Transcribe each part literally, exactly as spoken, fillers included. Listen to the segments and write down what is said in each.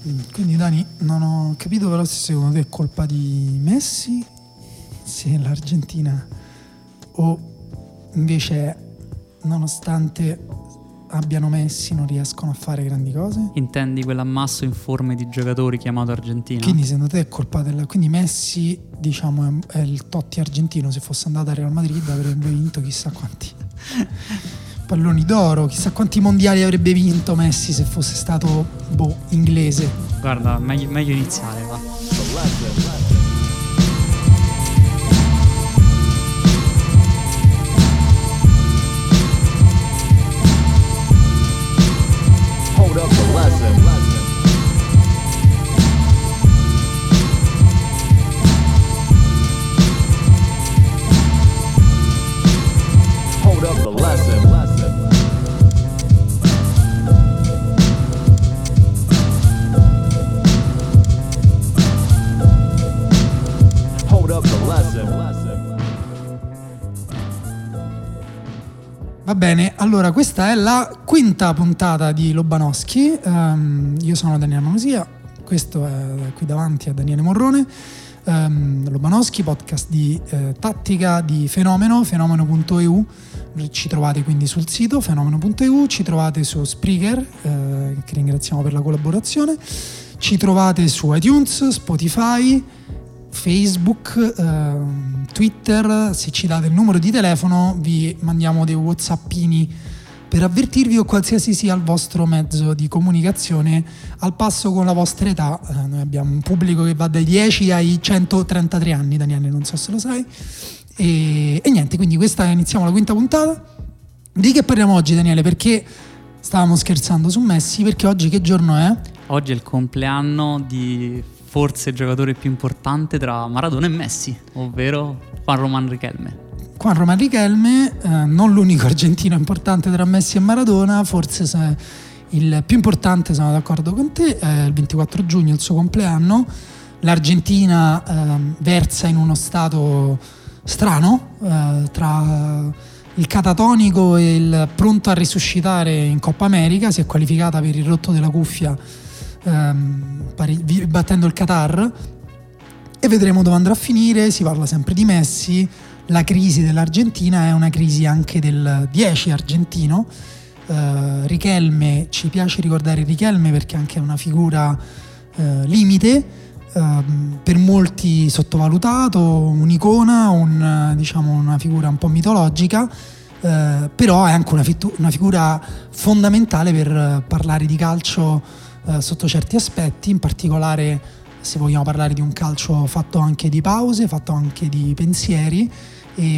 Quindi Dani, non ho capito però se secondo te è colpa di Messi, se l'Argentina, o invece nonostante abbiano Messi non riescono a fare grandi cose? Intendi quell'ammasso informe di giocatori chiamato Argentina? Quindi secondo te è colpa della... Quindi Messi, diciamo, è, è il Totti argentino. Se fosse andato al Real Madrid avrebbe vinto chissà quanti palloni d'oro, chissà quanti mondiali avrebbe vinto Messi se fosse stato boh, inglese. Guarda, meglio, meglio iniziare, va. Hold up the lesson. Hold up the lesson. Hold up the lesson. Va bene, allora questa è la quinta puntata di Lobanowski. Um, io sono Daniele Monosia, questo è qui davanti a Daniele Morrone. Um, Lobanowski, podcast di eh, tattica di Fenomeno, fenomeno punto e u. Ci trovate quindi sul sito fenomeno punto e u, ci trovate su Spreaker, eh, che ringraziamo per la collaborazione, ci trovate su iTunes, Spotify, Facebook, eh, Twitter. Se ci date il numero di telefono vi mandiamo dei whatsappini per avvertirvi, o qualsiasi sia il vostro mezzo di comunicazione al passo con la vostra età. Eh, noi abbiamo un pubblico che va dai dieci ai centotrentatré anni, Daniele, non so se lo sai. E, e niente, quindi questa iniziamo la quinta puntata. Di che parliamo oggi, Daniele? Perché stavamo scherzando su Messi, perché oggi che giorno è? Oggi è il compleanno di forse il giocatore più importante tra Maradona e Messi, ovvero Juan Román Riquelme. Juan Román Riquelme, eh, non l'unico argentino importante tra Messi e Maradona, forse se il più importante, sono d'accordo con te, è il ventiquattro giugno, il suo compleanno. L'Argentina eh, versa in uno stato strano, eh, tra il catatonico e il pronto a risuscitare in Coppa America. Si è qualificata per il rotto della cuffia, ehm, pari, battendo il Qatar, e vedremo dove andrà a finire. Si parla sempre di Messi. La crisi dell'Argentina è una crisi anche del dieci argentino. eh, Riquelme, ci piace ricordare Riquelme perché anche è una figura eh, limite, eh, per molti sottovalutato, un'icona, un, diciamo una figura un po' mitologica, eh, però è anche una, fitu- una figura fondamentale per parlare di calcio eh, sotto certi aspetti, in particolare se vogliamo parlare di un calcio fatto anche di pause, fatto anche di pensieri. E,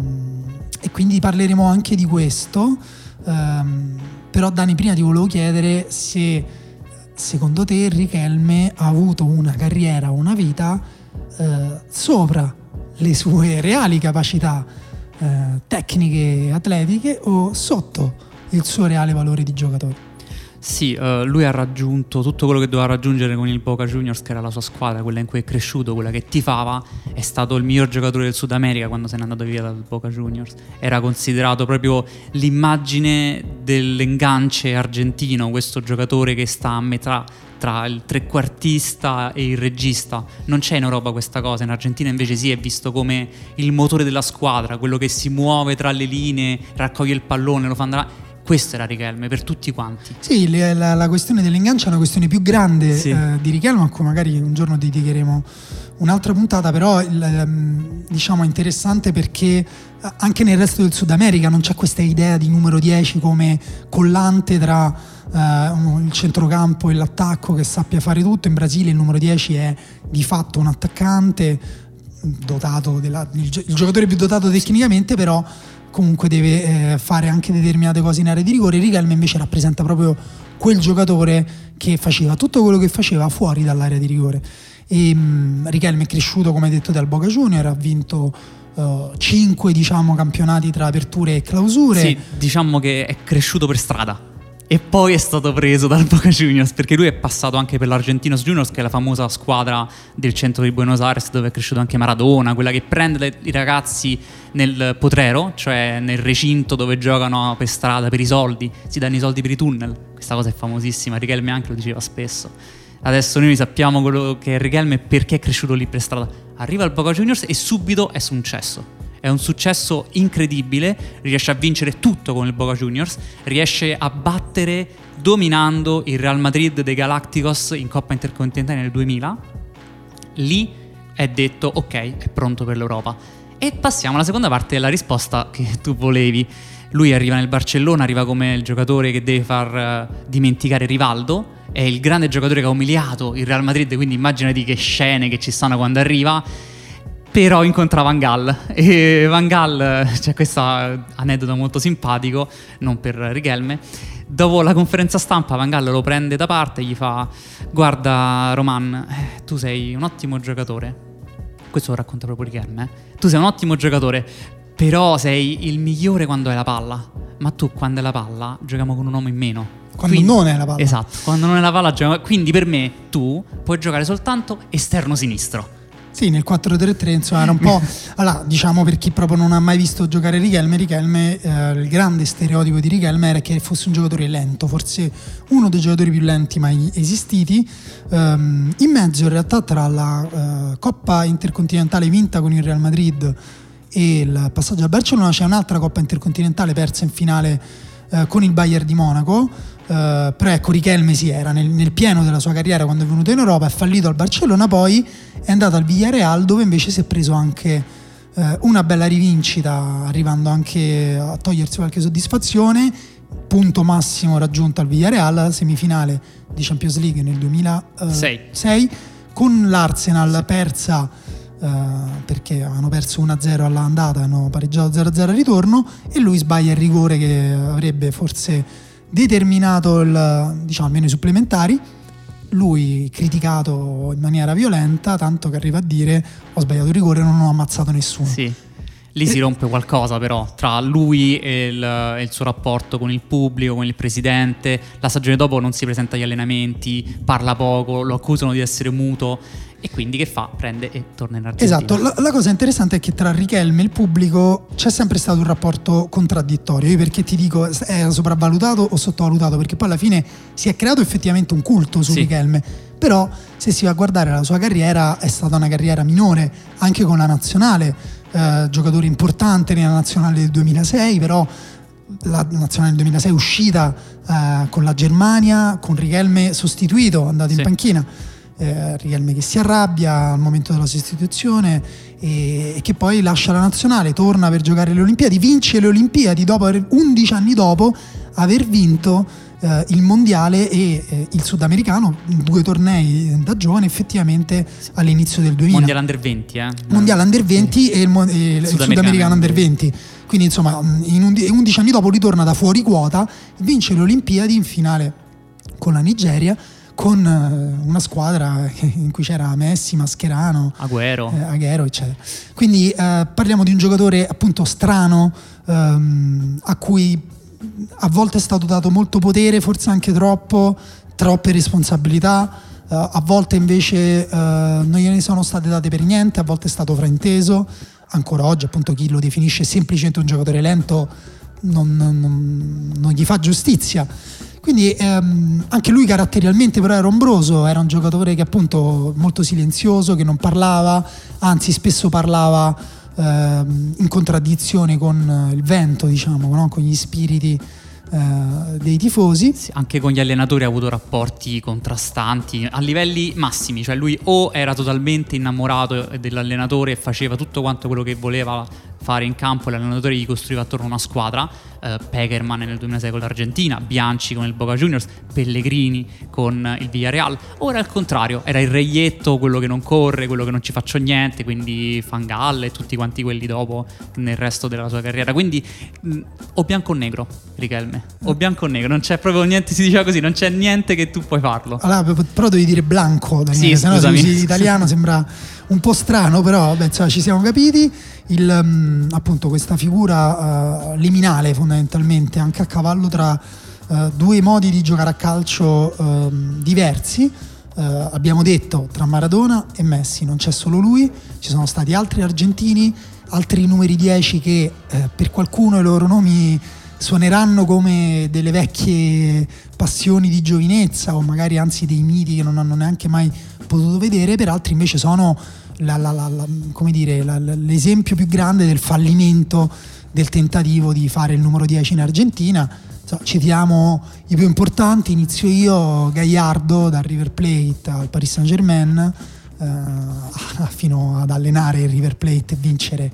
e quindi parleremo anche di questo. Um, però Dani, prima ti volevo chiedere se secondo te Riquelme ha avuto una carriera, una vita eh, sopra le sue reali capacità eh, tecniche e atletiche, o sotto il suo reale valore di giocatore? Sì, uh, lui ha raggiunto tutto quello che doveva raggiungere con il Boca Juniors, che era la sua squadra, quella in cui è cresciuto, quella che tifava. È stato il miglior giocatore del Sud America quando se n'è andato via dal Boca Juniors. Era considerato proprio l'immagine dell'engance argentino, questo giocatore che sta a metà tra il trequartista e il regista. Non c'è in Europa questa cosa, in Argentina invece sì, è visto come il motore della squadra, quello che si muove tra le linee, raccoglie il pallone, lo fa andare. Questo era Riquelme per tutti quanti. Sì, la, la questione dell'ingancio è una questione più grande, sì. eh, di Riquelme, a cui magari un giorno dedicheremo un'altra puntata, però il, diciamo è interessante perché anche nel resto del Sud America non c'è questa idea di numero dieci come collante tra eh, il centrocampo e l'attacco che sappia fare tutto. In Brasile il numero dieci è di fatto un attaccante dotato della, il, il giocatore più dotato tecnicamente, però comunque deve eh, fare anche determinate cose in area di rigore. Riquelme invece rappresenta proprio quel giocatore che faceva tutto quello che faceva fuori dall'area di rigore. E mh, Riquelme è cresciuto, come detto, dal Boca Junior, ha vinto uh, cinque diciamo campionati tra aperture e clausure. Sì, diciamo che è cresciuto per strada e poi è stato preso dal Boca Juniors, perché lui è passato anche per l'Argentinos Juniors, che è la famosa squadra del centro di Buenos Aires dove è cresciuto anche Maradona, quella che prende i ragazzi nel potrero, cioè nel recinto dove giocano per strada per i soldi, si danno i soldi per i tunnel. Questa cosa è famosissima, Riquelme anche lo diceva spesso. adesso noi sappiamo quello che è Riquelme, perché è cresciuto lì per strada. Arriva al Boca Juniors e subito è successo. È un successo incredibile, riesce a vincere tutto con il Boca Juniors, riesce a battere dominando il Real Madrid dei Galacticos in Coppa Intercontinentale nel duemila. Lì è detto ok, è pronto per l'Europa. E passiamo alla seconda parte della risposta che tu volevi. Lui arriva nel Barcellona, arriva come il giocatore che deve far uh, dimenticare Rivaldo, è il grande giocatore che ha umiliato il Real Madrid, quindi immaginati che scene che ci stanno quando arriva. Però incontra Van Gaal e Van Gaal, c'è questo aneddoto molto simpatico, non per Riquelme. Dopo la conferenza stampa Van Gaal lo prende da parte e gli fa: guarda Roman, eh, tu sei un ottimo giocatore. Questo lo racconta proprio Riquelme. Eh? Tu sei un ottimo giocatore, però sei il migliore quando hai la palla. Ma tu quando hai la palla giochiamo con un uomo in meno. Quando quindi, non è la palla. Esatto, quando non è la palla giochiamo. Quindi per me tu puoi giocare soltanto esterno sinistro. Sì, nel quattro tre tre insomma era un po'. Allora, diciamo, per chi proprio non ha mai visto giocare Riquelme, Riquelme eh, il grande stereotipo di Riquelme era che fosse un giocatore lento, forse uno dei giocatori più lenti mai esistiti. Um, in mezzo in realtà tra la uh, Coppa Intercontinentale vinta con il Real Madrid e il passaggio al Barcellona c'è un'altra Coppa Intercontinentale persa in finale uh, con il Bayern di Monaco. Uh, però ecco, Riquelme sì, era nel, nel pieno della sua carriera quando è venuto in Europa, è fallito al Barcellona, poi è andato al Villarreal, dove invece si è preso anche uh, una bella rivincita, arrivando anche a togliersi qualche soddisfazione. Punto massimo raggiunto al Villarreal, la semifinale di Champions League nel duemilasei con l'Arsenal, sì, persa uh, perché hanno perso uno a zero all'andata e hanno pareggiato zero a zero al ritorno, e lui sbaglia il rigore che avrebbe forse determinato il, diciamo, almeno i supplementari. Lui criticato in maniera violenta, tanto che arriva a dire: ho sbagliato il rigore, non ho ammazzato nessuno. Sì. Lì e... si rompe qualcosa però tra lui e il, e il suo rapporto con il pubblico, con il presidente. La stagione dopo non si presenta agli allenamenti, parla poco, lo accusano di essere muto, e quindi che fa? Prende e torna in Argentina. Esatto, la, la cosa interessante è che tra Riquelme e il pubblico c'è sempre stato un rapporto contraddittorio. Io perché ti dico è sopravvalutato o sottovalutato? Perché poi alla fine si è creato effettivamente un culto su, sì, Riquelme, però se si va a guardare la sua carriera è stata una carriera minore, anche con la nazionale. Uh, giocatore importante nella nazionale del duemilasei, però la nazionale del duemilasei è uscita uh, con la Germania, con Riquelme sostituito, andato, sì, in panchina, uh, Riquelme che si arrabbia al momento della sostituzione e, e che poi lascia la nazionale, torna per giocare le Olimpiadi, vince le Olimpiadi dopo aver, undici anni dopo aver vinto Uh, il mondiale e uh, il sudamericano, due tornei da giovane effettivamente all'inizio del duemila. Mondiale under venti, eh? Mondiale under venti, sì, e il, mo- e il sudamericano under venti. Quindi insomma, in undici anni dopo ritorna da fuori quota, vince le Olimpiadi in finale con la Nigeria, con uh, una squadra in cui c'era Messi, Mascherano, Agüero, eh, Agüero eccetera. Quindi uh, parliamo di un giocatore appunto strano, um, a cui a volte è stato dato molto potere, forse anche troppo, troppe responsabilità, uh, a volte invece uh, non gliene sono state date per niente, a volte è stato frainteso. Ancora oggi appunto chi lo definisce semplicemente un giocatore lento non, non, non gli fa giustizia. Quindi um, anche lui caratterialmente però era ombroso, era un giocatore che appunto molto silenzioso, che non parlava, anzi spesso parlava in contraddizione con il vento, diciamo, no? Con gli spiriti eh, dei tifosi. Sì, anche con gli allenatori ha avuto rapporti contrastanti a livelli massimi, cioè lui o era totalmente innamorato dell'allenatore e faceva tutto quanto quello che voleva fare in campo, l'allenatore gli costruiva attorno una squadra, eh, Pekerman nel duemilasei con l'Argentina, Bianchi con il Boca Juniors, Pellegrini con il Villarreal. Ora al contrario, era il reietto, quello che non corre, quello che non ci faccio niente, quindi Van Gaal e tutti quanti quelli dopo nel resto della sua carriera. Quindi mh, o bianco o negro Riquelme, o bianco o negro, non c'è proprio niente, si diceva così, non c'è niente che tu puoi farlo. Allora, però devi dire blanco, Daniele, sì, se no se usi l'italiano sembra un po' strano, però vabbè, insomma, ci siamo capiti. Il, um, appunto questa figura uh, liminale fondamentalmente, anche a cavallo tra uh, due modi di giocare a calcio uh, diversi. Uh, abbiamo detto tra Maradona e Messi non c'è solo lui, ci sono stati altri argentini, altri numeri dieci che uh, per qualcuno i loro nomi suoneranno come delle vecchie passioni di giovinezza o magari anzi dei miti che non hanno neanche mai potuto vedere, per altri invece sono la, la, la, la, come dire, la, la, l'esempio più grande del fallimento del tentativo di fare il numero dieci in Argentina. So, citiamo i più importanti, inizio io: Gallardo dal River Plate al Paris Saint-Germain, eh, fino ad allenare il River Plate e vincere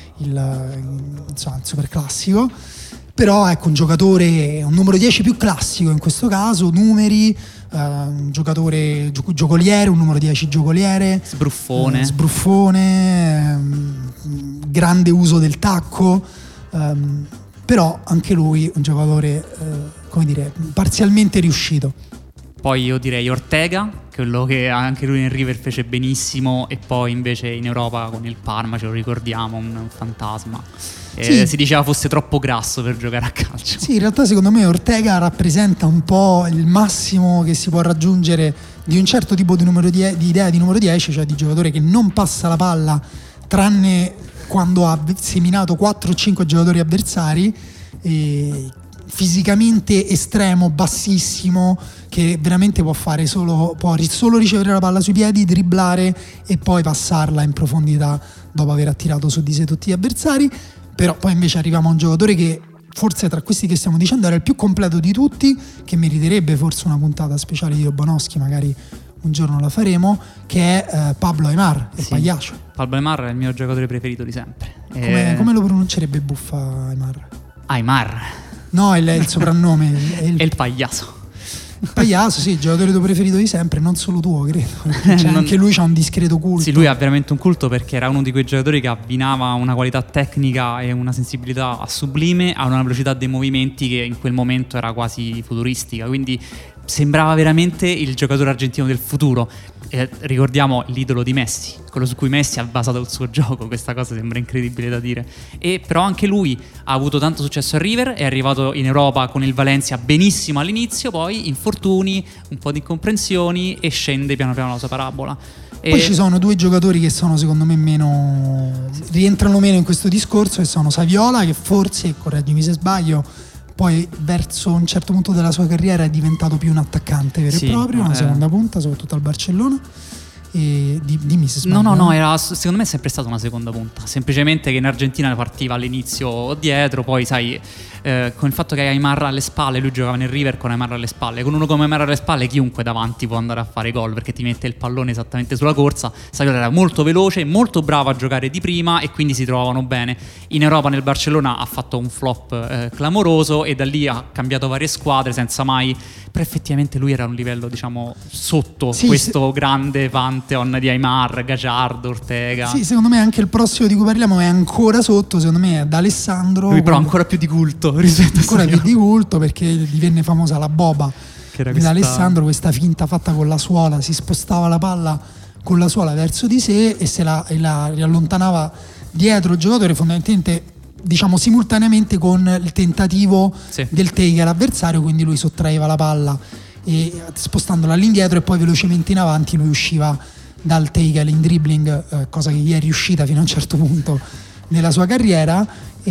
il, insomma, il superclassico. Però ecco, un giocatore, un numero dieci più classico in questo caso, numeri, eh, un giocatore gio- giocoliere, un numero dieci giocoliere, sbruffone, eh, sbruffone ehm, grande uso del tacco, ehm, però anche lui un giocatore, eh, come dire, parzialmente riuscito. Poi io direi Ortega, quello che anche lui in River fece benissimo, e poi invece in Europa con il Parma, ce lo ricordiamo, un, un fantasma. Eh, sì. Si diceva fosse troppo grasso per giocare a calcio. Sì, in realtà secondo me Ortega rappresenta un po' il massimo che si può raggiungere di un certo tipo di, numero die- di idea di numero dieci, cioè di giocatore che non passa la palla tranne quando ha seminato quattro o cinque giocatori avversari, e fisicamente estremo, bassissimo, che veramente può fare solo, può solo ricevere la palla sui piedi, dribblare e poi passarla in profondità dopo aver attirato su di sé tutti gli avversari. Però poi invece arriviamo a un giocatore che forse tra questi che stiamo dicendo era il più completo di tutti, che meriterebbe forse una puntata speciale di Obanowski, magari un giorno la faremo, che è eh, Pablo Aimar, il Sì. pagliaccio. Pablo Aimar è il mio giocatore preferito di sempre. Come, Eh, come lo pronuncerebbe Buffa Aimar? Aimar No, è il, è il soprannome, è il, è il pagliaso. il pagliasso, sì, il giocatore tuo preferito di sempre, non solo tuo, credo. Cioè, Non- anche lui c'ha un discreto culto. Sì, lui ha veramente un culto perché era uno di quei giocatori che abbinava una qualità tecnica e una sensibilità sublime a una velocità dei movimenti che in quel momento era quasi futuristica, quindi sembrava veramente il giocatore argentino del futuro. Eh, ricordiamo l'idolo di Messi, quello su cui Messi ha basato il suo gioco. Questa cosa sembra incredibile da dire, e però anche lui ha avuto tanto successo a River, è arrivato in Europa con il Valencia benissimo all'inizio, poi infortuni, un po' di incomprensioni e scende piano piano la sua parabola. Poi E- ci sono due giocatori che sono secondo me meno, rientrano meno in questo discorso, e sono Saviola, che forse, correggimi se sbaglio, poi verso un certo punto della sua carriera è diventato più un attaccante vero Sì, e proprio, una eh. seconda punta, soprattutto al Barcellona. E di, dimmi se No, sbaglio. no, no, eh. era, secondo me è sempre stata una seconda punta. Semplicemente che in Argentina partiva all'inizio dietro, poi sai, eh, con il fatto che Aimar alle spalle, lui giocava nel River con Aimar alle spalle. Con uno come Aimar alle spalle, chiunque davanti può andare a fare gol perché ti mette il pallone esattamente sulla corsa. Saviola era molto veloce, molto bravo a giocare di prima e quindi si trovavano bene. In Europa, nel Barcellona, ha fatto un flop eh, clamoroso e da lì ha cambiato varie squadre senza mai. Però effettivamente lui era a un livello, diciamo, sotto Sì, questo grande pantheon di Aimar, Gallardo, Ortega. Sì, secondo me anche il prossimo di cui parliamo è ancora sotto, secondo me è D'Alessandro. Lui però quello- ancora più di culto rispetto a ancora più Saviola. di culto, perché divenne famosa la boba Che era di questa- D'Alessandro, questa finta fatta con la suola, si spostava la palla con la suola verso di sé e se la, e la riallontanava dietro il giocatore, fondamentalmente diciamo simultaneamente con il tentativo Sì. del take all'avversario, quindi lui sottraeva la palla e spostandola all'indietro e poi velocemente in avanti lui usciva dal take in dribbling, eh, cosa che gli è riuscita fino a un certo punto nella sua carriera,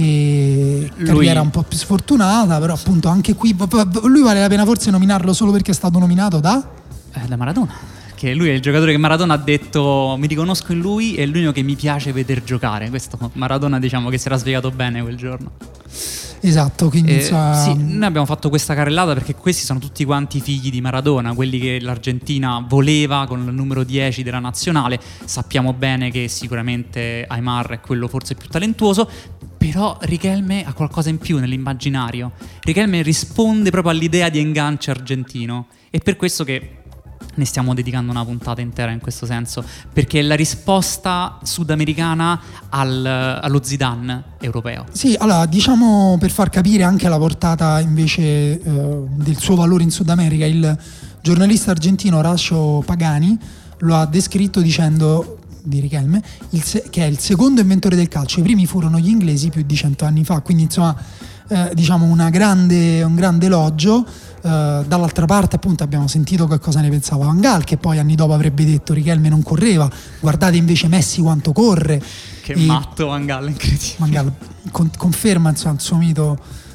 e Lui- carriera un po' più sfortunata, però appunto anche qui v- v- lui vale la pena forse nominarlo solo perché è stato nominato da Eh, da Maradona. Che lui è il giocatore che Maradona ha detto mi riconosco in lui, è l'unico che mi piace veder giocare. Questo Maradona, diciamo, che si era svegliato bene quel giorno. esatto, quindi Eh, insomma, sì, noi abbiamo fatto questa carrellata perché questi sono tutti quanti figli di Maradona, quelli che l'Argentina voleva con il numero dieci della nazionale. Sappiamo bene che sicuramente Aimar è quello forse più talentuoso, però Riquelme ha qualcosa in più nell'immaginario. Riquelme risponde proprio all'idea di enganche argentino, e per questo che ne stiamo dedicando una puntata intera in questo senso, perché è la risposta sudamericana al, allo Zidane europeo. sì, allora diciamo, per far capire anche la portata invece eh, del suo valore in Sud America, il giornalista argentino Horacio Pagani lo ha descritto dicendo di Riquelme il se- che è il secondo inventore del calcio. I primi furono gli inglesi più di cento anni fa, quindi insomma eh, diciamo una grande, un grande elogio. Uh, dall'altra parte appunto abbiamo sentito che cosa ne pensava Van Gaal, che poi anni dopo avrebbe detto Riquelme non correva, guardate invece Messi quanto corre. Che E matto Van Gaal, incredibile. Van Gaal con- conferma insomma il suo mito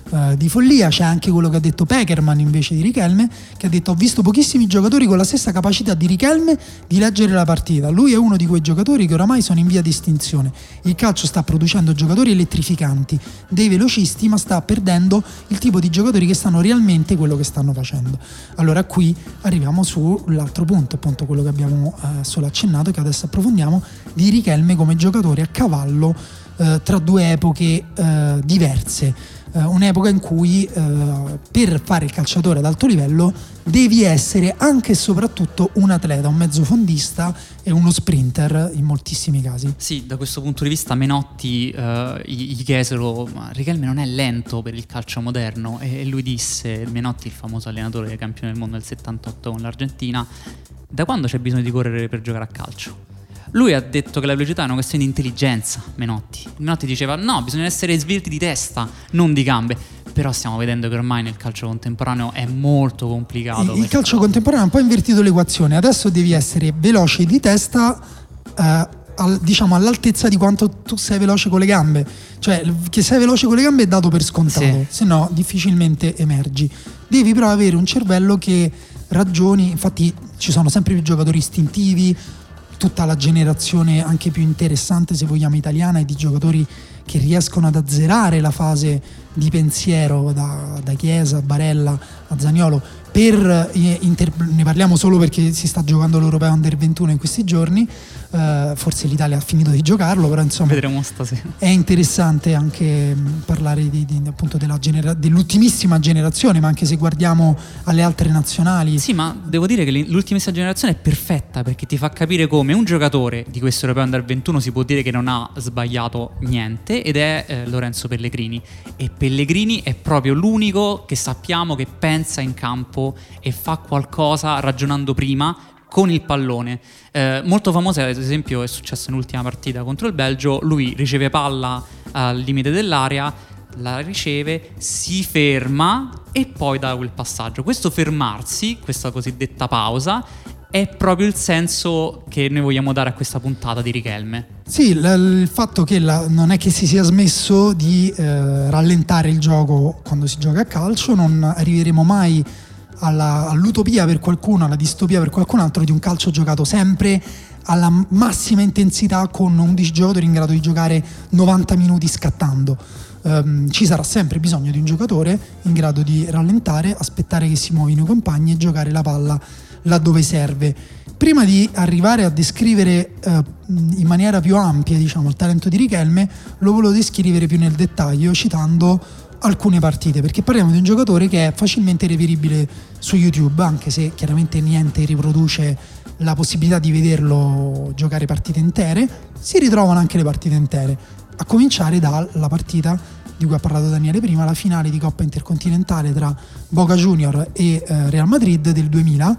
uh, di follia. C'è anche quello che ha detto Pekerman invece di Riquelme, che ha detto: ho visto pochissimi giocatori con la stessa capacità di Riquelme di leggere la partita. Lui è uno di quei giocatori che oramai sono in via di estinzione. Il calcio sta producendo giocatori elettrificanti, dei velocisti, ma sta perdendo il tipo di giocatori che sanno realmente quello che stanno facendo. Allora qui arriviamo sull'altro punto, appunto quello che abbiamo uh, solo accennato, che adesso approfondiamo, di Riquelme come giocatore a cavallo uh, tra due epoche uh, diverse. Uh, un'epoca in cui uh, per fare il calciatore ad alto livello devi essere anche e soprattutto un atleta, un mezzofondista e uno sprinter in moltissimi casi. Sì, da questo punto di vista Menotti uh, gli chiesero: ma Riquelme non è lento per il calcio moderno? E lui disse, Menotti, il famoso allenatore campione del mondo del settantotto con l'Argentina: da quando c'è bisogno di correre per giocare a calcio? Lui ha detto che la velocità è una questione di intelligenza, Menotti. Menotti diceva: no, bisogna essere svelti di testa, non di gambe. Però stiamo vedendo che ormai nel calcio contemporaneo è molto complicato. Il, il calcio contemporaneo ha un po' invertito l'equazione. Adesso devi essere veloce di testa, eh, al, diciamo all'altezza di quanto tu sei veloce con le gambe. Cioè, che sei veloce con le gambe è dato per scontato, sì. Se no difficilmente emergi. Devi però avere un cervello che ragioni. Infatti ci sono sempre più giocatori istintivi. Tutta la generazione anche più interessante, se vogliamo, italiana, e di giocatori che riescono ad azzerare la fase di pensiero da, da Chiesa, Barella a Zaniolo. Per, eh, inter- ne parliamo solo perché si sta giocando l'Europeo Under ventuno in questi giorni, uh, forse l'Italia ha finito di giocarlo, però insomma vedremo stasera. È interessante anche mh, parlare di, di, appunto della genera- dell'ultimissima generazione, ma anche se guardiamo alle altre nazionali. Sì, ma devo dire che l'ultimissima generazione è perfetta, perché ti fa capire come un giocatore di questo Europeo Under ventuno si può dire che non ha sbagliato niente, ed è eh, Lorenzo Pellegrini. E Pellegrini è proprio l'unico che sappiamo che pensa in campo e fa qualcosa ragionando prima con il pallone. Eh, molto famosa, ad esempio, è successo nell'ultima partita contro il Belgio. Lui riceve palla al limite dell'area, la riceve, si ferma e poi dà quel passaggio. Questo fermarsi, questa cosiddetta pausa, è proprio il senso che noi vogliamo dare a questa puntata di Riquelme. Sì, l- il fatto che la, non è che si sia smesso di eh, rallentare il gioco quando si gioca a calcio. Non arriveremo mai alla, all'utopia per qualcuno, alla distopia per qualcun altro di un calcio giocato sempre alla massima intensità con undici giocatori in grado di giocare novanta minuti scattando. Um, ci sarà sempre bisogno di un giocatore in grado di rallentare, aspettare che si muovino i compagni e giocare la palla laddove serve. Prima di arrivare a descrivere uh, in maniera più ampia, diciamo, il talento di Riquelme, lo volevo descrivere più nel dettaglio citando alcune partite, perché parliamo di un giocatore che è facilmente reperibile su YouTube, anche se chiaramente niente riproduce la possibilità di vederlo giocare partite intere. Si ritrovano anche le partite intere, a cominciare dalla partita di cui ha parlato Daniele prima, la finale di Coppa Intercontinentale tra Boca Junior e eh, Real Madrid del duemila,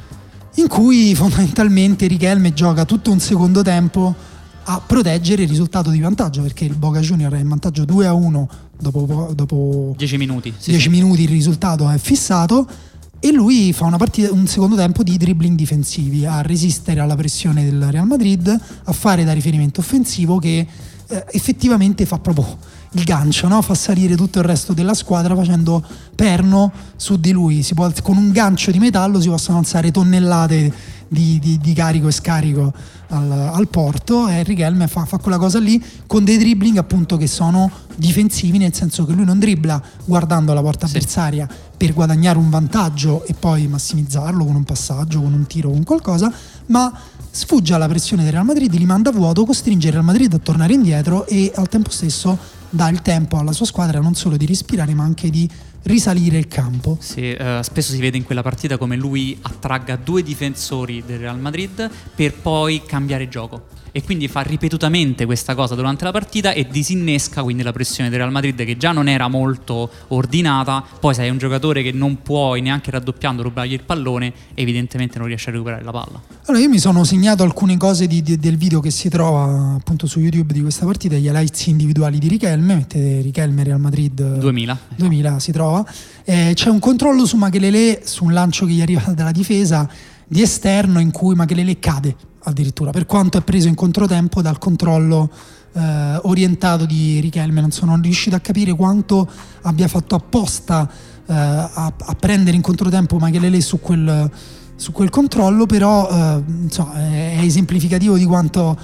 in cui fondamentalmente Riquelme gioca tutto un secondo tempo a proteggere il risultato di vantaggio, perché il Boca Junior è in vantaggio due a uno dopo, dopo dieci minuti. Sì, dieci sì. minuti il risultato è fissato, e lui fa una partita, un secondo tempo di dribbling difensivi, a resistere alla pressione del Real Madrid, a fare da riferimento offensivo che eh, effettivamente fa proprio il gancio, no? Fa salire tutto il resto della squadra facendo perno su di lui. Si può, con un gancio di metallo si possono alzare tonnellate di, di, di carico e scarico al, al porto, e Riquelme fa, fa quella cosa lì con dei dribbling appunto che sono difensivi, nel senso che lui non dribbla guardando la porta sì. avversaria per guadagnare un vantaggio e poi massimizzarlo con un passaggio, con un tiro, con qualcosa, ma sfugge alla pressione del Real Madrid, li manda a vuoto, costringe il Real Madrid a tornare indietro e al tempo stesso dà il tempo alla sua squadra non solo di respirare ma anche di risalire il campo. Sì, eh, spesso si vede in quella partita come lui attragga due difensori del Real Madrid per poi cambiare gioco, e quindi fa ripetutamente questa cosa durante la partita e disinnesca quindi la pressione del Real Madrid, che già non era molto ordinata. Poi sei un giocatore che non puoi neanche raddoppiando rubargli il pallone, evidentemente non riesce a recuperare la palla. Allora io mi sono segnato alcune cose di, di, del video che si trova appunto su YouTube di questa partita, gli highlights individuali di Riquelme. Mettete Riquelme Real Madrid duemila duemila, si trova. Eh, c'è un controllo su Makelele, su un lancio che gli arriva dalla difesa di esterno, in cui Makelele cade addirittura, per quanto è preso in controtempo dal controllo eh, orientato di Richelme. Non sono riuscito a capire quanto abbia fatto apposta eh, a, a prendere in controtempo Makelele su quel, su quel controllo, però eh, insomma, è, è esemplificativo di quanto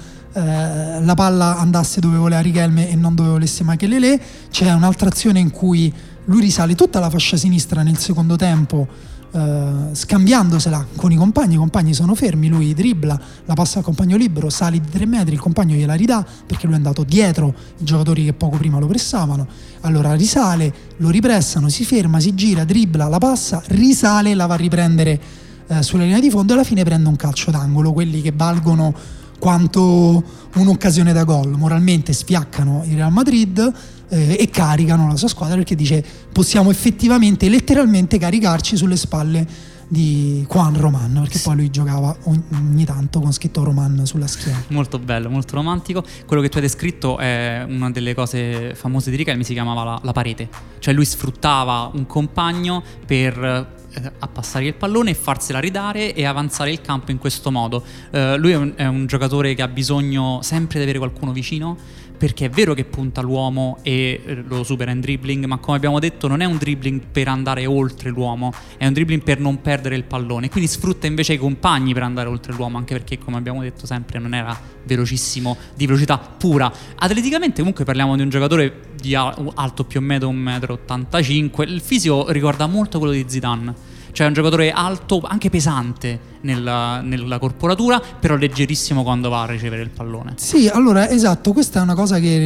eh, la palla andasse dove voleva Richelme e non dove volesse Makelele. C'è un'altra azione in cui lui risale tutta la fascia sinistra nel secondo tempo, Uh, scambiandosela con i compagni. I compagni sono fermi, lui dribbla, la passa al compagno libero, sale di tre metri, il compagno gliela ridà perché lui è andato dietro i giocatori che poco prima lo pressavano. Allora risale, lo ripressano, si ferma, si gira, dribbla, la passa, risale, la va a riprendere uh, sulla linea di fondo e alla fine prende un calcio d'angolo, quelli che valgono quanto un'occasione da gol. Moralmente sfiaccano il Real Madrid eh, e caricano la sua squadra, perché dice possiamo effettivamente, letteralmente caricarci sulle spalle di Juan Roman, perché poi lui giocava ogni, ogni tanto con scritto Roman sulla schiena. Molto bello, molto romantico. Quello che tu hai descritto è una delle cose famose di Richelme, si chiamava la, la parete, cioè lui sfruttava un compagno per a passare il pallone e farsela ridare e avanzare il campo in questo modo. Uh, lui è un, è un giocatore che ha bisogno sempre di avere qualcuno vicino, perché è vero che punta l'uomo e lo supera in dribbling, ma come abbiamo detto non è un dribbling per andare oltre l'uomo, è un dribbling per non perdere il pallone, quindi sfrutta invece i compagni per andare oltre l'uomo, anche perché come abbiamo detto sempre non era velocissimo, di velocità pura. Atleticamente comunque parliamo di un giocatore di alto più o meno un metro e ottantacinque, il fisico ricorda molto quello di Zidane, cioè un giocatore alto, anche pesante nella, nella corporatura, però leggerissimo quando va a ricevere il pallone. Sì, allora esatto, questa è una cosa che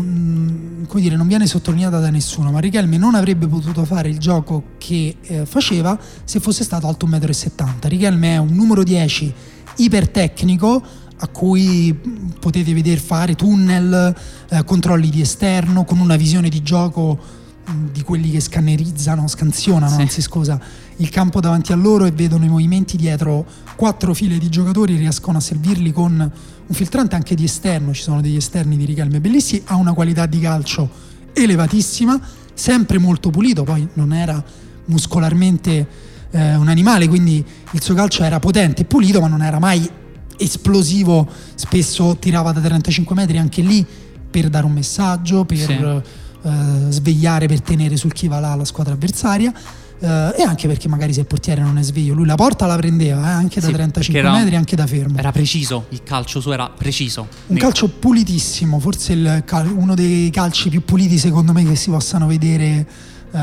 non, come dire, non viene sottolineata da nessuno, ma Richelme non avrebbe potuto fare il gioco che eh, faceva se fosse stato alto un metro e settanta. Richelme è un numero dieci ipertecnico, a cui potete vedere fare tunnel, eh, controlli di esterno, con una visione di gioco mh, di quelli che scannerizzano, scansionano, sì. anzi scusa, il campo davanti a loro e vedono i movimenti dietro quattro file di giocatori, riescono a servirli con un filtrante anche di esterno. Ci sono degli esterni di Richelme bellissimi, ha una qualità di calcio elevatissima, sempre molto pulito, poi non era muscolarmente eh, un animale, quindi il suo calcio era potente e pulito, ma non era mai esplosivo, spesso tirava da trentacinque metri anche lì per dare un messaggio, per sì. eh, svegliare, per tenere sul chi va là la squadra avversaria, eh, e anche perché magari se il portiere non è sveglio lui la porta la prendeva, eh, anche da sì, trentacinque era, metri, anche da fermo. Era preciso, il calcio suo era preciso. Un calcio pulitissimo, forse il cal- uno dei calci più puliti secondo me che si possano vedere eh,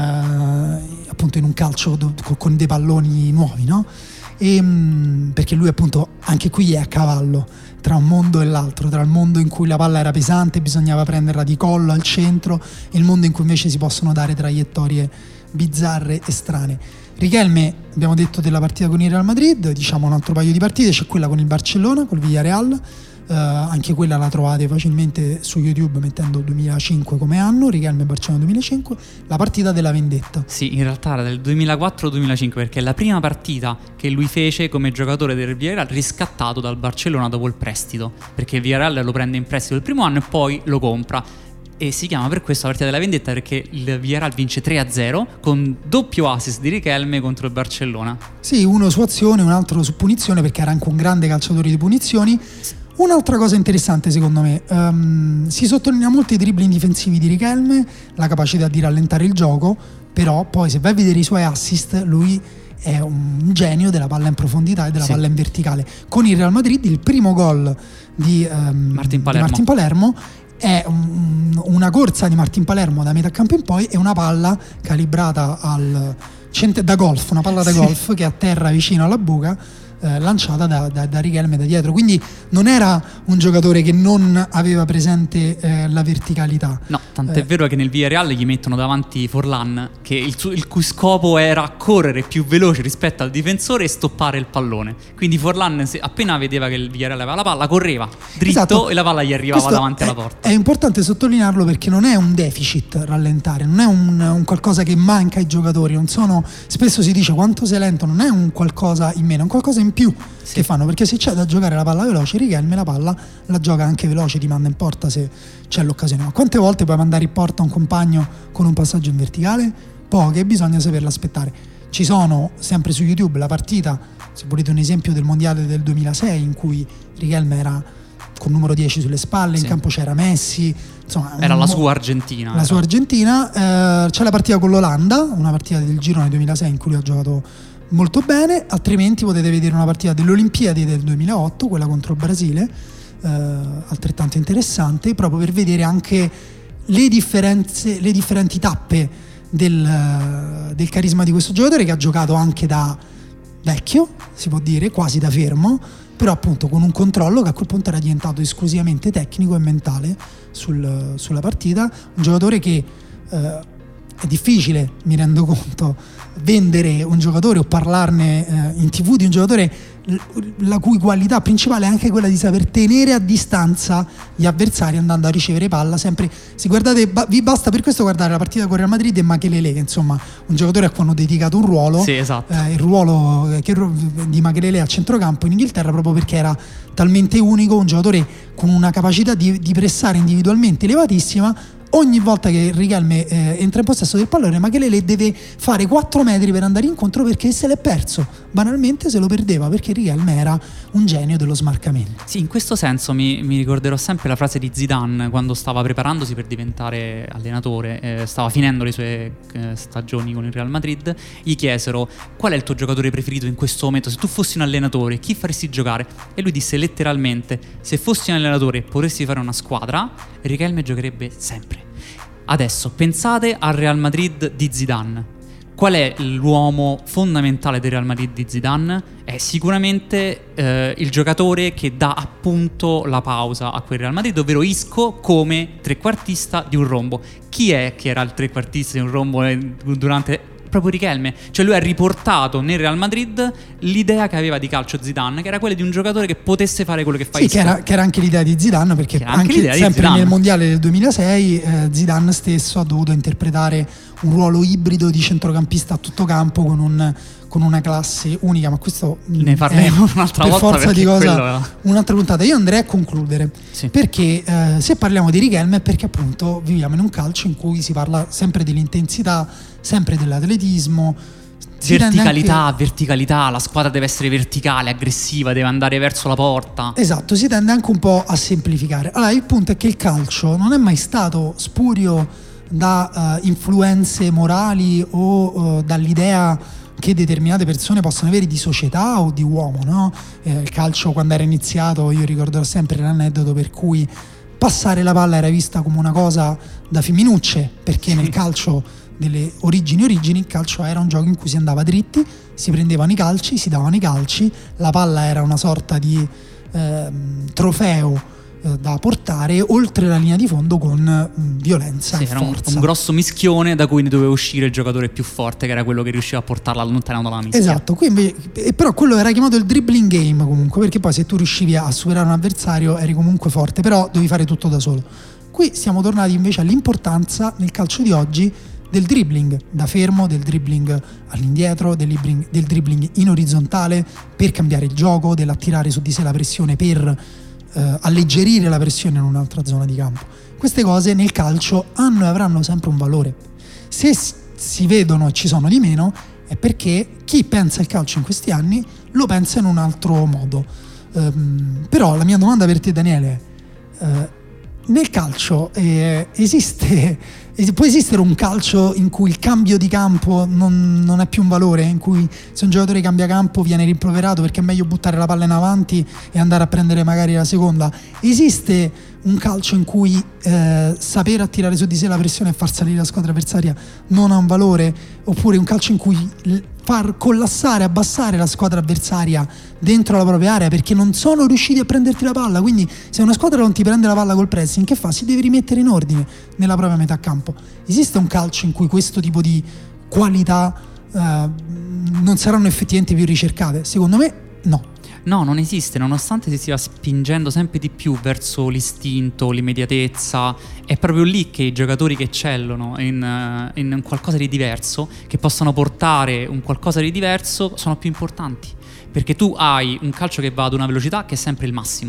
appunto in un calcio do- con dei palloni nuovi, no? E, perché lui appunto anche qui è a cavallo tra un mondo e l'altro, tra il mondo in cui la palla era pesante, bisognava prenderla di collo al centro, e il mondo in cui invece si possono dare traiettorie bizzarre e strane. Richelme, abbiamo detto della partita con il Real Madrid, diciamo un altro paio di partite, c'è quella con il Barcellona, col Villarreal, eh, anche quella la trovate facilmente su YouTube mettendo duemilacinque come anno, Richelme Barcellona duemilacinque, la partita della vendetta. Sì, in realtà era del duemilaquattro duemilacinque, perché è la prima partita che lui fece come giocatore del Villarreal riscattato dal Barcellona dopo il prestito, perché il Villarreal lo prende in prestito il primo anno e poi lo compra. E si chiama per questo la partita della vendetta, perché il Villarreal vince tre a zero con doppio assist di Richelme contro il Barcellona. Sì, uno su azione, un altro su punizione, perché era anche un grande calciatore di punizioni. Un'altra cosa interessante secondo me, um, si sottolinea molto i dribbling difensivi di Richelme, la capacità di rallentare il gioco, però poi se vai a vedere i suoi assist lui è un genio della palla in profondità e della sì. palla in verticale. Con il Real Madrid il primo gol di, um, Martin Palermo, di Martin Palermo è un, una corsa di Martin Palermo da metà campo in poi e una palla calibrata al cent- da golf, una palla da sì. golf che atterra vicino alla buca, eh, lanciata da, da, da Richelme da dietro. Quindi non era un giocatore che non aveva presente eh, la verticalità. No, tant'è eh. vero che nel Villarreal gli mettono davanti Forlan, che il, su- il cui scopo era correre più veloce rispetto al difensore e stoppare il pallone. Quindi Forlan, se appena vedeva che il Villarreal aveva la palla, correva dritto esatto. e la palla gli arrivava Questo davanti è, alla porta. È importante sottolinearlo, perché non è un deficit rallentare, non è un, un qualcosa che manca ai giocatori, non sono, spesso si dice quanto sei lento, non è un qualcosa in meno, è un qualcosa in più sì. che fanno, perché se c'è da giocare la palla veloce, Richelme la palla la gioca anche veloce, ti manda in porta se c'è l'occasione. Ma quante volte puoi mandare in porta un compagno con un passaggio in verticale? Poche, bisogna saperlo aspettare. Ci sono sempre su YouTube la partita se volete un esempio del mondiale del duemilasei in cui Riquelme era con numero dieci sulle spalle, sì. in campo c'era Messi, insomma era un, la sua Argentina. La era. sua Argentina, eh, c'è la partita con l'Olanda, una partita del girone duemilasei in cui lui ha giocato molto bene, altrimenti potete vedere una partita delle Olimpiadi del duemilaotto, quella contro il Brasile, eh, altrettanto interessante, proprio per vedere anche le differenze, le differenti tappe del, del carisma di questo giocatore, che ha giocato anche da vecchio, si può dire, quasi da fermo, però appunto con un controllo che a quel punto era diventato esclusivamente tecnico e mentale sul, sulla partita. Un giocatore che eh, è difficile, mi rendo conto, vendere un giocatore o parlarne eh, in tv di un giocatore la cui qualità principale è anche quella di saper tenere a distanza gli avversari andando a ricevere palla sempre. Se guardate, vi basta per questo guardare la partita con Real Madrid e Makelele, che insomma un giocatore a cui hanno dedicato un ruolo, sì, esatto. eh, il ruolo che, di Makelele a centrocampo in Inghilterra, proprio perché era talmente unico, un giocatore con una capacità di, di pressare individualmente elevatissima. Ogni volta che Riquelme eh, entra in possesso del pallone, Makelele deve fare quattro metri per andare incontro, perché se l'è perso, banalmente se lo perdeva, perché Riquelme era un genio dello smarcamento. Sì, in questo senso mi, mi ricorderò sempre la frase di Zidane quando stava preparandosi per diventare allenatore, eh, stava finendo le sue eh, stagioni con il Real Madrid. Gli chiesero: qual è il tuo giocatore preferito in questo momento? Se tu fossi un allenatore, chi faresti giocare? E lui disse letteralmente: se fossi un allenatore e potessi fare una squadra, Riquelme giocherebbe sempre. Adesso pensate al Real Madrid di Zidane. Qual è l'uomo fondamentale del Real Madrid di Zidane? È sicuramente eh, il giocatore che dà appunto la pausa a quel Real Madrid, ovvero Isco come trequartista di un rombo. Chi è che era il trequartista di un rombo durante... proprio Riquelme, cioè lui ha riportato nel Real Madrid l'idea che aveva di calcio Zidane, che era quella di un giocatore che potesse fare quello che fa. Sì, che era, che era anche l'idea di Zidane, perché anche, anche anche sempre nel mondiale del duemilasei eh, Zidane stesso ha dovuto interpretare un ruolo ibrido di centrocampista a tutto campo con un con una classe unica, ma questo ne parleremo un'altra per volta, forza di cosa quello... un'altra puntata. Io andrei a concludere, sì. perché eh, se parliamo di Riquelme è perché appunto viviamo in un calcio in cui si parla sempre dell'intensità, sempre dell'atletismo, verticalità, anche... verticalità, la squadra deve essere verticale, aggressiva, deve andare verso la porta. Esatto, si tende anche un po' a semplificare. Allora il punto è che il calcio non è mai stato spurio da uh, influenze morali o uh, dall'idea che determinate persone possono avere di società o di uomo, no? Eh, il calcio, quando era iniziato, io ricorderò sempre l'aneddoto per cui passare la palla era vista come una cosa da femminucce, perché nel calcio delle origini origini il calcio era un gioco in cui si andava dritti, si prendevano i calci, si davano i calci, la palla era una sorta di eh, trofeo eh, da portare oltre la linea di fondo con mh, violenza sì, e era forza. Un, un grosso mischione da cui ne doveva uscire il giocatore più forte, che era quello che riusciva a portarla allontanando la mischia. Esatto, qui invece, e però quello era chiamato il dribbling game comunque, perché poi se tu riuscivi a superare un avversario eri comunque forte, però dovevi fare tutto da solo. Qui siamo tornati invece all'importanza nel calcio di oggi del dribbling da fermo, del dribbling all'indietro, del dribbling, del dribbling in orizzontale per cambiare il gioco, dell'attirare su di sé la pressione per eh, alleggerire la pressione in un'altra zona di campo. Queste cose nel calcio hanno e avranno sempre un valore. Se si vedono e ci sono di meno è perché chi pensa il calcio in questi anni lo pensa in un altro modo. Um, però la mia domanda per te, Daniele, è uh, nel calcio eh, esiste può esistere un calcio in cui il cambio di campo non, non è più un valore, in cui se un giocatore cambia campo viene rimproverato perché è meglio buttare la palla in avanti e andare a prendere magari la seconda? Esiste un calcio in cui eh, saper attirare su di sé la pressione e far salire la squadra avversaria non ha un valore? Oppure un calcio in cui far collassare, abbassare la squadra avversaria dentro la propria area perché non sono riusciti a prenderti la palla? Quindi se una squadra non ti prende la palla col pressing, che fa? Si deve rimettere in ordine nella propria metà campo. Esiste un calcio in cui questo tipo di qualità eh, non saranno effettivamente più ricercate? Secondo me no. No, non esiste, nonostante si stia spingendo sempre di più verso l'istinto, l'immediatezza. È proprio lì che i giocatori che eccellono in, in qualcosa di diverso, che possono portare un qualcosa di diverso, sono più importanti. Perché tu hai un calcio che va ad una velocità che è sempre il massimo,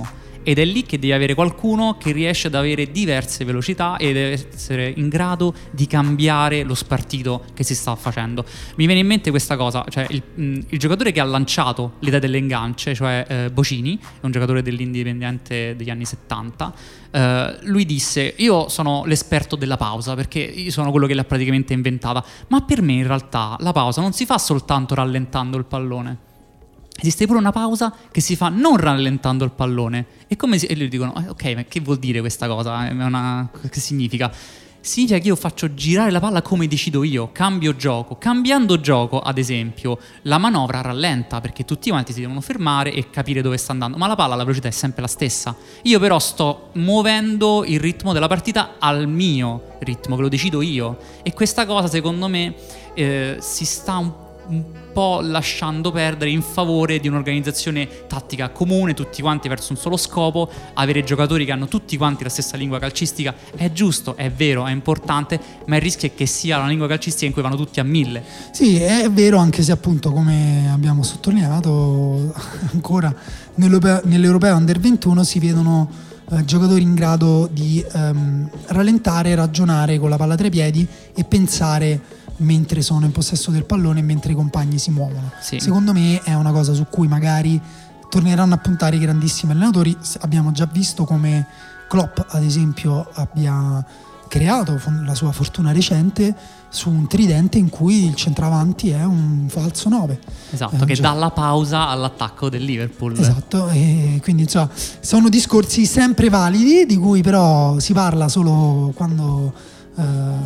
ed è lì che devi avere qualcuno che riesce ad avere diverse velocità e deve essere in grado di cambiare lo spartito che si sta facendo. Mi viene in mente questa cosa, cioè il, mh, il giocatore che ha lanciato l'idea delle ingance, cioè eh, Bocini, è un giocatore dell'Indipendente degli anni settanta. Uh, lui disse: io sono l'esperto della pausa perché io sono quello che l'ha praticamente inventata, ma per me in realtà la pausa non si fa soltanto rallentando il pallone, esiste pure una pausa che si fa non rallentando il pallone. E come si... e gli dicono: eh, ok, ma che vuol dire questa cosa? È una... che significa? Significa che io faccio girare la palla come decido io, cambio gioco. Cambiando gioco, ad esempio, la manovra rallenta perché tutti quanti si devono fermare e capire dove sta andando, ma la palla, la velocità è sempre la stessa. Io però sto muovendo il ritmo della partita al mio ritmo, che lo decido io. E questa cosa, secondo me, eh, si sta un un po' lasciando perdere in favore di un'organizzazione tattica comune, tutti quanti verso un solo scopo. Avere giocatori che hanno tutti quanti la stessa lingua calcistica è giusto, è vero, è importante, ma il rischio è che sia una lingua calcistica in cui vanno tutti a mille. Sì, è vero, anche se appunto, come abbiamo sottolineato, ancora nell'Europeo, nell'Europeo Under ventuno si vedono eh, giocatori in grado di ehm, rallentare, ragionare con la palla tra i piedi e pensare mentre sono in possesso del pallone e mentre i compagni si muovono. Sì. Secondo me è una cosa su cui magari torneranno a puntare i grandissimi allenatori. Abbiamo già visto come Klopp, ad esempio, abbia creato la sua fortuna recente su un tridente in cui il centravanti è un falso nove. Esatto, eh, che cioè, dà la pausa all'attacco del Liverpool. Esatto, e quindi insomma, sono discorsi sempre validi, di cui però si parla solo quando eh,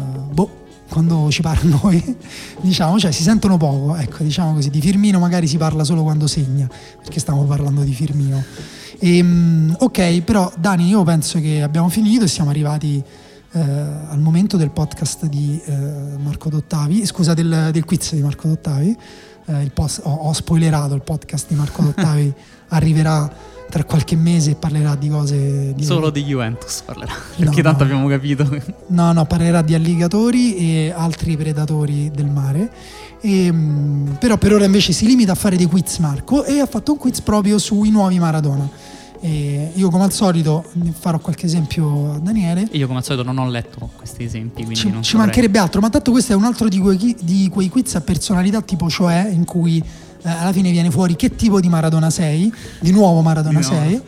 boh quando ci parla a noi, diciamo, cioè si sentono poco, ecco, diciamo così. Di Firmino magari si parla solo quando segna, perché stiamo parlando di Firmino. E, ok, però Dani, io penso che abbiamo finito e siamo arrivati eh, al momento del podcast di eh, Marco Dottavi, scusa, del, del quiz di Marco Dottavi. Eh, il post, ho, ho spoilerato il podcast di Marco Dottavi, arriverà tra qualche mese e parlerà di cose di... Solo di Juventus parlerà, perché no, tanto no. abbiamo capito. No, no, parlerà di alligatori e altri predatori del mare. E, però per ora invece si limita a fare dei quiz, Marco, e ha fatto un quiz proprio sui nuovi Maradona. E io come al solito farò qualche esempio a Daniele. Io come al solito non ho letto questi esempi, quindi ci, non ci saprei. mancherebbe altro, ma tanto questo è un altro di quei, di quei quiz a personalità, tipo cioè, in cui eh, alla fine viene fuori che tipo di Maradona sei, di nuovo Maradona Di nuovo. sei,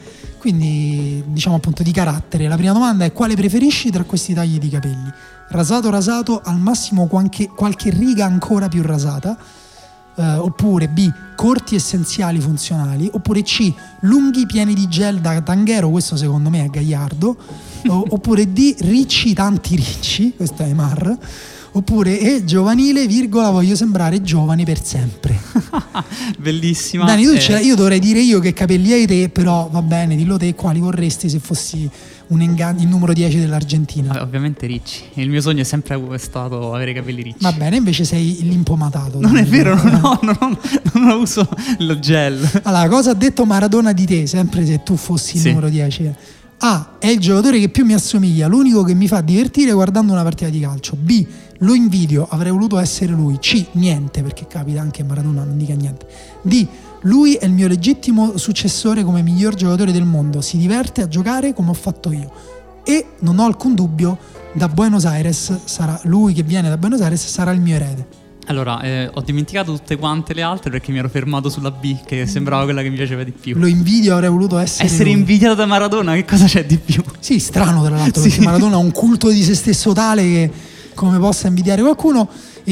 quindi diciamo appunto di carattere. La prima domanda è: quale preferisci tra questi tagli di capelli? Rasato rasato, al massimo qualche, qualche riga ancora più rasata, eh, oppure B, corti essenziali funzionali, oppure C, lunghi pieni di gel da tanghero, questo secondo me è Gagliardo, o, oppure D, ricci tanti ricci, questo è Mar, oppure E, giovanile, virgola, voglio sembrare giovane per sempre. Bellissima. Dani, tu eh. ce l'hai, io dovrei dire io che capelli hai te, però va bene, dillo te quali vorresti se fossi un ingan- il numero dieci dell'Argentina. Vabbè, ovviamente ricci. Il mio sogno è sempre stato avere i capelli ricci. Va bene, invece sei l'impomatato. Non è quindi, vero, no? no, no, no, non uso lo gel. Allora, cosa ha detto Maradona di te, sempre se tu fossi il Sì. numero dieci? A, è il giocatore che più mi assomiglia, l'unico che mi fa divertire guardando una partita di calcio. B, lo invidio, avrei voluto essere lui. C, niente, perché capita anche Maradona non dica niente. D, lui è il mio legittimo successore come miglior giocatore del mondo, si diverte a giocare come ho fatto io. E non ho alcun dubbio, da Buenos Aires sarà lui che viene da Buenos Aires, sarà il mio erede. Allora, eh, ho dimenticato tutte quante le altre perché mi ero fermato sulla B, che sembrava quella che mi piaceva di più. Lo invidio, avrei voluto essere Essere lui. invidiato da Maradona, che cosa c'è di più? Sì, strano tra l'altro, Sì. perché Maradona ha un culto di se stesso tale che come possa invidiare qualcuno.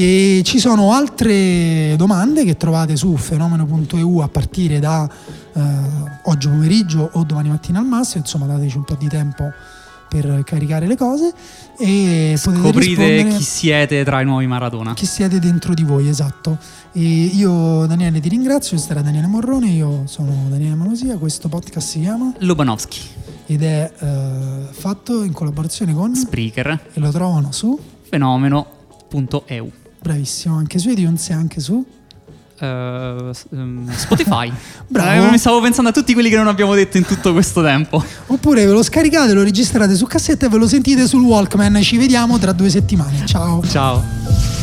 E ci sono altre domande che trovate su fenomeno punto e u a partire da eh, oggi pomeriggio o domani mattina al massimo, insomma dateci un po' di tempo per caricare le cose e potete Scoprite rispondere chi siete tra i nuovi Maradona. chi siete dentro di voi, esatto. E io Daniele ti ringrazio, questo era Daniele Morrone, io sono Daniele Malosia, questo podcast si chiama Lobanovsky, ed è eh, fatto in collaborazione con Spreaker, e lo trovano su fenomeno punto e u. bravissimo, anche su iTunes e anche su Uh, um, Spotify. Bravo. Eh, mi stavo pensando a tutti quelli che non abbiamo detto in tutto questo tempo. oppure ve lo scaricate, lo registrate su cassetta e ve lo sentite sul Walkman. Ci vediamo tra due settimane, ciao Ciao.